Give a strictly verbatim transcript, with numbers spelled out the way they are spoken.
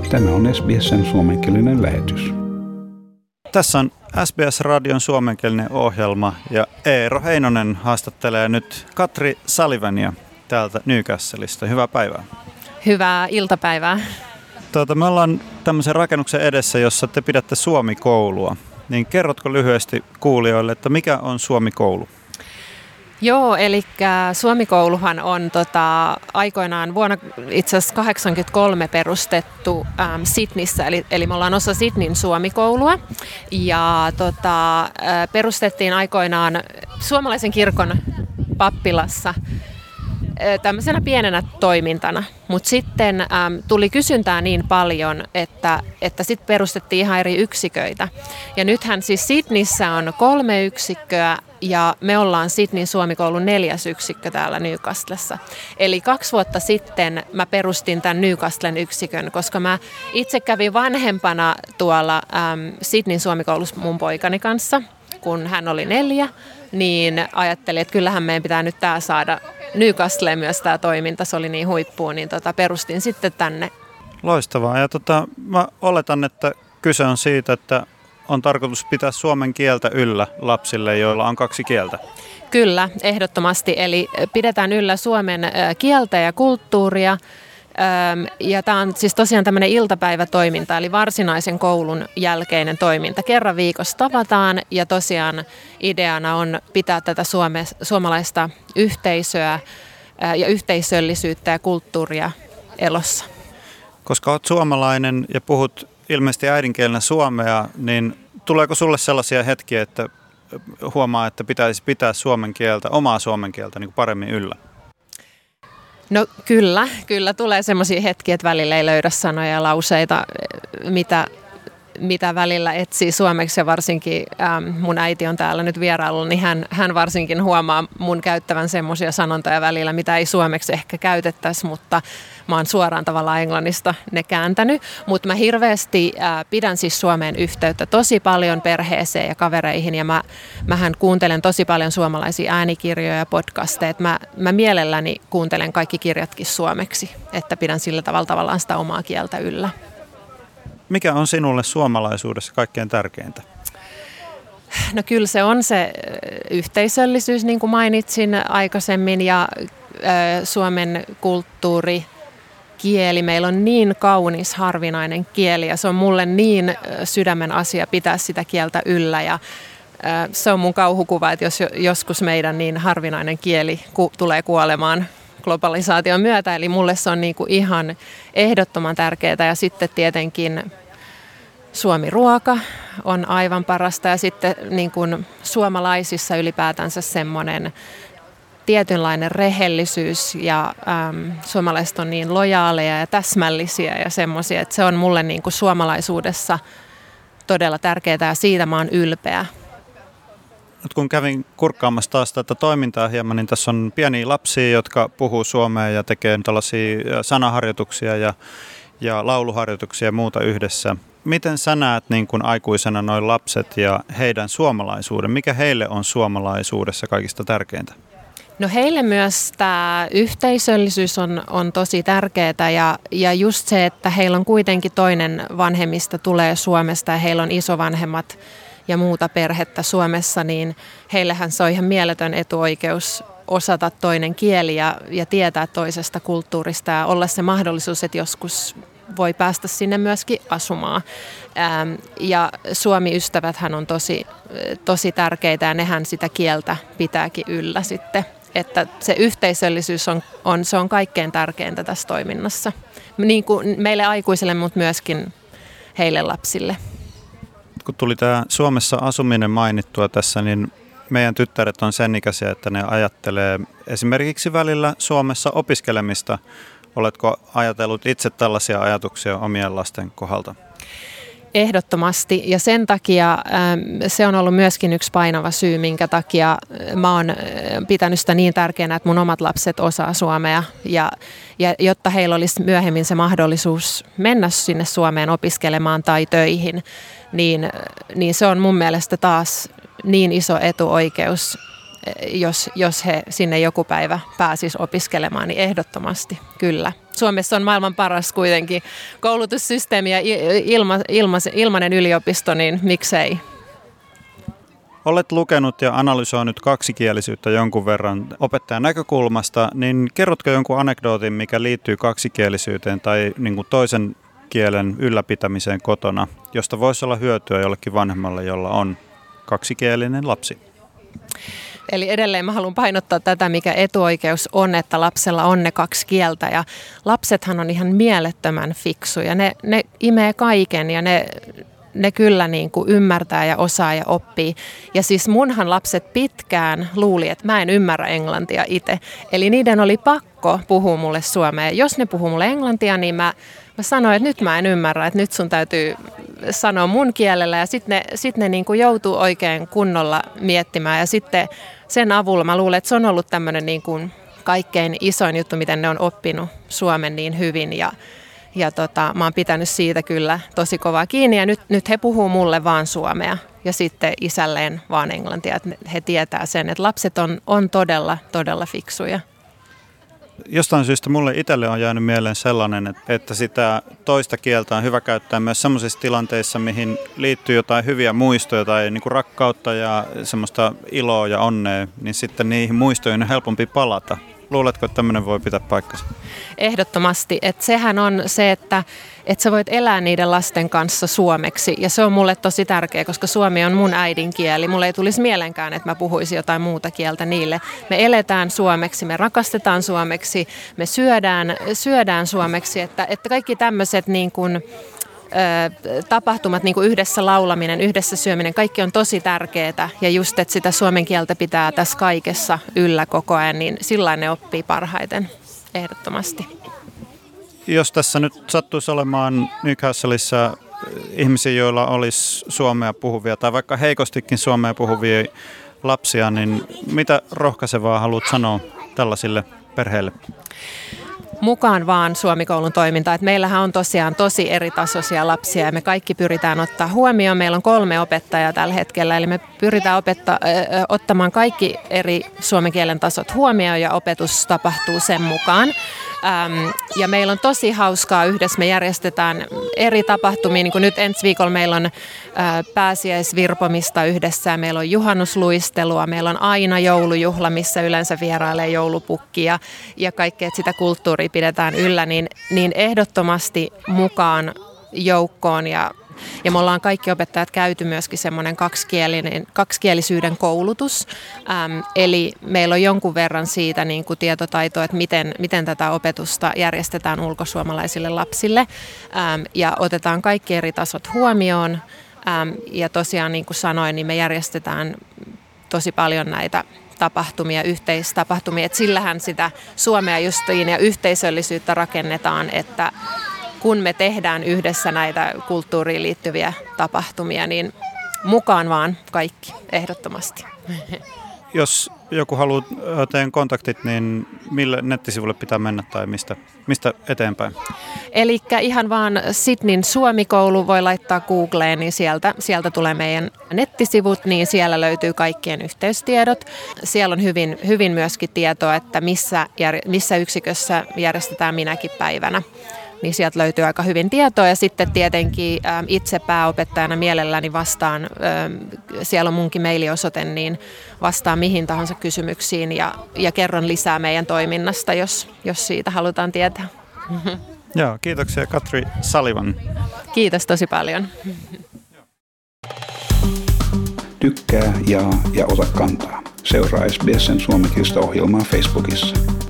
Tämä on S B S:n suomenkielinen lähetys. Tässä on S B S-radion suomenkielinen ohjelma ja Eero Heinonen haastattelee nyt Katri Sullivania täältä Newcastleista. Hyvää päivää. Hyvää iltapäivää. Tuota, me ollaan tämmöisen rakennuksen edessä, jossa te pidätte Suomi-koulua. Niin kerrotko lyhyesti kuulijoille, että mikä on Suomi-koulu? Joo, eli Suomi-kouluhan on tota, aikoinaan vuonna itse asiassa kahdeksankymmentäkolme perustettu äm, Sydneyssä, eli, eli me ollaan osa Sydneyn Suomi-koulua. Ja tota, ä, perustettiin aikoinaan suomalaisen kirkon pappilassa tämmöisenä pienenä toimintana, mutta sitten äm, tuli kysyntää niin paljon, että, että sitten perustettiin ihan eri yksiköitä. Ja nythän siis Sydneyssä on kolme yksikköä ja me ollaan Sydneyn Suomi-koulun neljäs yksikkö täällä Newcastlessa. Eli kaksi vuotta sitten mä perustin tämän Newcastlen yksikön, koska mä itse kävin vanhempana tuolla äm, Sydneyn Suomi-koulussa mun poikani kanssa, kun hän oli neljä, niin ajattelin, että kyllähän meidän pitää nyt tää saada Newcastleen myös tämä toiminta, se oli niin huippuun, niin tota, perustin sitten tänne. Loistavaa. Ja tota, mä oletan, että kyse on siitä, että on tarkoitus pitää suomen kieltä yllä lapsille, joilla on kaksi kieltä. Kyllä, ehdottomasti. Eli pidetään yllä suomen kieltä ja kulttuuria. Ja tämä on siis tosiaan tämmöinen iltapäivätoiminta, eli varsinaisen koulun jälkeinen toiminta. Kerran viikossa tavataan ja tosiaan ideana on pitää tätä suome, suomalaista yhteisöä ja yhteisöllisyyttä ja kulttuuria elossa. Koska olet suomalainen ja puhut ilmeisesti äidinkielenä suomea, niin tuleeko sulle sellaisia hetkiä, että huomaa, että pitäisi pitää suomen kieltä, omaa suomen kieltä niin kuin paremmin yllä? No kyllä, kyllä tulee semmoisia hetkiä, että välillä ei löydä sanoja ja lauseita, mitä, mitä välillä etsii suomeksi ja varsinkin ähm, mun äiti on täällä nyt vierailulla, niin hän, hän varsinkin huomaa mun käyttävän semmoisia sanontoja välillä, mitä ei suomeksi ehkä käytettäisi, mutta mä oon suoraan tavallaan englannista ne kääntänyt, mutta mä hirveästi äh, pidän siis Suomeen yhteyttä tosi paljon perheeseen ja kavereihin ja mä, mähän kuuntelen tosi paljon suomalaisia äänikirjoja ja podcasteja, mä, mä mielelläni kuuntelen kaikki kirjatkin suomeksi, että pidän sillä tavalla tavallaan sitä omaa kieltä yllä. Mikä on sinulle suomalaisuudessa kaikkein tärkeintä? No kyllä se on se yhteisöllisyys, niin kuin mainitsin aikaisemmin, ja äh, Suomen kulttuuri, kieli. Meillä on niin kaunis, harvinainen kieli ja se on mulle niin sydämen asia pitää sitä kieltä yllä. Ja äh, se on mun kauhukuva, että jos joskus meidän niin harvinainen kieli ku- tulee kuolemaan globalisaation myötä. Eli mulle se on niinku ihan ehdottoman tärkeää ja sitten tietenkin Suomi-ruoka on aivan parasta ja sitten niin kuin suomalaisissa ylipäätänsä semmoinen tietynlainen rehellisyys ja äm, suomalaiset on niin lojaaleja ja täsmällisiä ja semmoisia, että se on mulle niin kuin suomalaisuudessa todella tärkeää ja siitä mä oon ylpeä. Nyt kun kävin kurkkaamassa taas tätä toimintaa hieman, niin tässä on pieniä lapsia, jotka puhuu suomea ja tekee tällaisia sanaharjoituksia ja, ja lauluharjoituksia ja muuta yhdessä. Miten sä näet niin kuin aikuisena noin lapset ja heidän suomalaisuuden? Mikä heille on suomalaisuudessa kaikista tärkeintä? No heille myös tämä yhteisöllisyys on, on tosi tärkeää ja, ja just se, että heillä on kuitenkin toinen vanhemmista tulee Suomesta ja heillä on isovanhemmat ja muuta perhettä Suomessa, niin heillehän se on ihan mieletön etuoikeus osata toinen kieli ja, ja tietää toisesta kulttuurista ja olla se mahdollisuus, että joskus voi päästä sinne myöskin asumaan. Ähm, ja Suomi-ystäväthän on tosi, tosi tärkeitä ja nehän sitä kieltä pitääkin yllä sitten. Että se yhteisöllisyys on, on, se on kaikkein tärkeintä tässä toiminnassa. Niin kuin meille aikuisille, mutta myöskin heille lapsille. Kun tuli tämä Suomessa asuminen mainittua tässä, niin meidän tyttäret on sen ikäisiä, että ne ajattelee esimerkiksi välillä Suomessa opiskelemista. Oletko ajatellut itse tällaisia ajatuksia omien lasten kohdalta? Ehdottomasti ja sen takia se on ollut myöskin yksi painava syy, minkä takia mä oon pitänyt sitä niin tärkeänä, että mun omat lapset osaa suomea ja, ja jotta heillä olisi myöhemmin se mahdollisuus mennä sinne Suomeen opiskelemaan tai töihin, niin, niin se on mun mielestä taas niin iso etuoikeus, jos, jos he sinne joku päivä pääsis opiskelemaan, niin ehdottomasti kyllä. Suomessa on maailman paras kuitenkin koulutussysteemi ja ilma, ilma, ilmainen yliopisto, niin miksei? Olet lukenut ja analysoinut kaksikielisyyttä jonkun verran opettajan näkökulmasta, niin kerrotko jonkun anekdootin, mikä liittyy kaksikielisyyteen tai niin kuin toisen kielen ylläpitämiseen kotona, josta voisi olla hyötyä jollekin vanhemmalle, jolla on kaksikielinen lapsi? Eli edelleen mä haluan painottaa tätä, mikä etuoikeus on, että lapsella on ne kaksi kieltä. Ja lapsethan on ihan mielettömän fiksuja. Ne, ne imee kaiken ja ne, ne kyllä niin kuin ymmärtää ja osaa ja oppii. Ja siis munhan lapset pitkään luuli, että mä en ymmärrä englantia itse. Eli niiden oli pakko puhua mulle suomea. Jos ne puhuu mulle englantia, niin mä, mä sanoin, että nyt mä en ymmärrä, että nyt sun täytyy sanoa mun kielellä. Ja sitten ne, sit ne niin kuin joutuu oikein kunnolla miettimään. Ja sitten sen avulla mä luulen, että se on ollut tämmöinen niin kuin kaikkein isoin juttu, miten ne on oppinut suomen niin hyvin. Ja Ja tota, mä oon pitänyt siitä kyllä tosi kovaa kiinni ja nyt, nyt he puhuu mulle vaan suomea ja sitten isälleen vaan englantia. Että he tietää sen, että lapset on, on todella, todella fiksuja. Jostain syystä mulle itselle on jäänyt mieleen sellainen, että sitä toista kieltä on hyvä käyttää myös sellaisissa tilanteissa, mihin liittyy jotain hyviä muistoja tai niin kuin rakkautta ja semmoista iloa ja onnea, niin sitten niihin muistoihin on helpompi palata. Luuletko, että tämmöinen voi pitää paikkansa? Ehdottomasti. Että sehän on se, että, että sä voit elää niiden lasten kanssa suomeksi. Ja se on mulle tosi tärkeä, koska suomi on mun äidinkieli. Mulle ei tulisi mielenkään, että mä puhuisin jotain muuta kieltä niille. Me eletään suomeksi, me rakastetaan suomeksi, me syödään, syödään suomeksi. Että, että kaikki tämmöiset niin kuin tapahtumat, niin kuin yhdessä laulaminen, yhdessä syöminen, kaikki on tosi tärkeää. Ja just, että sitä suomen kieltä pitää tässä kaikessa yllä koko ajan, niin sillä ne oppii parhaiten, ehdottomasti. Jos tässä nyt sattuisi olemaan Newcastleissa ihmisiä, joilla olisi suomea puhuvia tai vaikka heikostikin suomea puhuvia lapsia, niin mitä rohkaisevaa haluat sanoa tällaisille perheille? Mukaan vaan Suomikoulun toimintaan. Että meillähän on tosiaan tosi eritasoisia lapsia ja me kaikki pyritään ottaa huomioon. Meillä on kolme opettajaa tällä hetkellä, eli me pyritään opetta- ö, ottamaan kaikki eri suomen kielen tasot huomioon ja opetus tapahtuu sen mukaan. Ähm, ja meillä on tosi hauskaa yhdessä. Me järjestetään eri tapahtumia, niin kuin nyt ensi viikolla meillä on äh, pääsiäisvirpomista yhdessä ja meillä on juhannusluistelua. Meillä on aina joulujuhla, missä yleensä vierailee joulupukki ja, ja kaikkea, että sitä kulttuuria pidetään yllä, niin, niin ehdottomasti mukaan joukkoon ja Ja me ollaan kaikki opettajat käyty myöskin semmoinen kaksikielinen, kaksikielisyyden koulutus. Ähm, eli meillä on jonkun verran siitä niin kuin tietotaitoa, että miten, miten tätä opetusta järjestetään ulkosuomalaisille lapsille. Ähm, ja otetaan kaikki eri tasot huomioon. Ähm, ja tosiaan niin kuin sanoin, niin me järjestetään tosi paljon näitä tapahtumia, yhteistapahtumia. Et sillähän sitä Suomea justiin ja yhteisöllisyyttä rakennetaan, että kun me tehdään yhdessä näitä kulttuuriin liittyviä tapahtumia, niin mukaan vaan kaikki, ehdottomasti. Jos joku haluaa teidän kontaktit, niin mille nettisivulle pitää mennä tai mistä, mistä eteenpäin? Eli ihan vaan Sydneyn Suomikoulu voi laittaa Googleen, niin sieltä, sieltä tulee meidän nettisivut, niin siellä löytyy kaikkien yhteystiedot. Siellä on hyvin, hyvin myöskin tietoa, että missä, missä yksikössä järjestetään minäkin päivänä. Niin sieltä löytyy aika hyvin tietoa ja sitten tietenkin itse pääopettajana mielelläni vastaan, siellä on munkin mailiosoite, niin vastaan mihin tahansa kysymyksiin ja, ja kerron lisää meidän toiminnasta, jos, jos siitä halutaan tietää. Joo, kiitoksia Katri Sullivan. Kiitos tosi paljon. Tykkää, jaa ja ota kantaa. Seuraa S B S:n suomenkielistä ohjelmaa Facebookissa.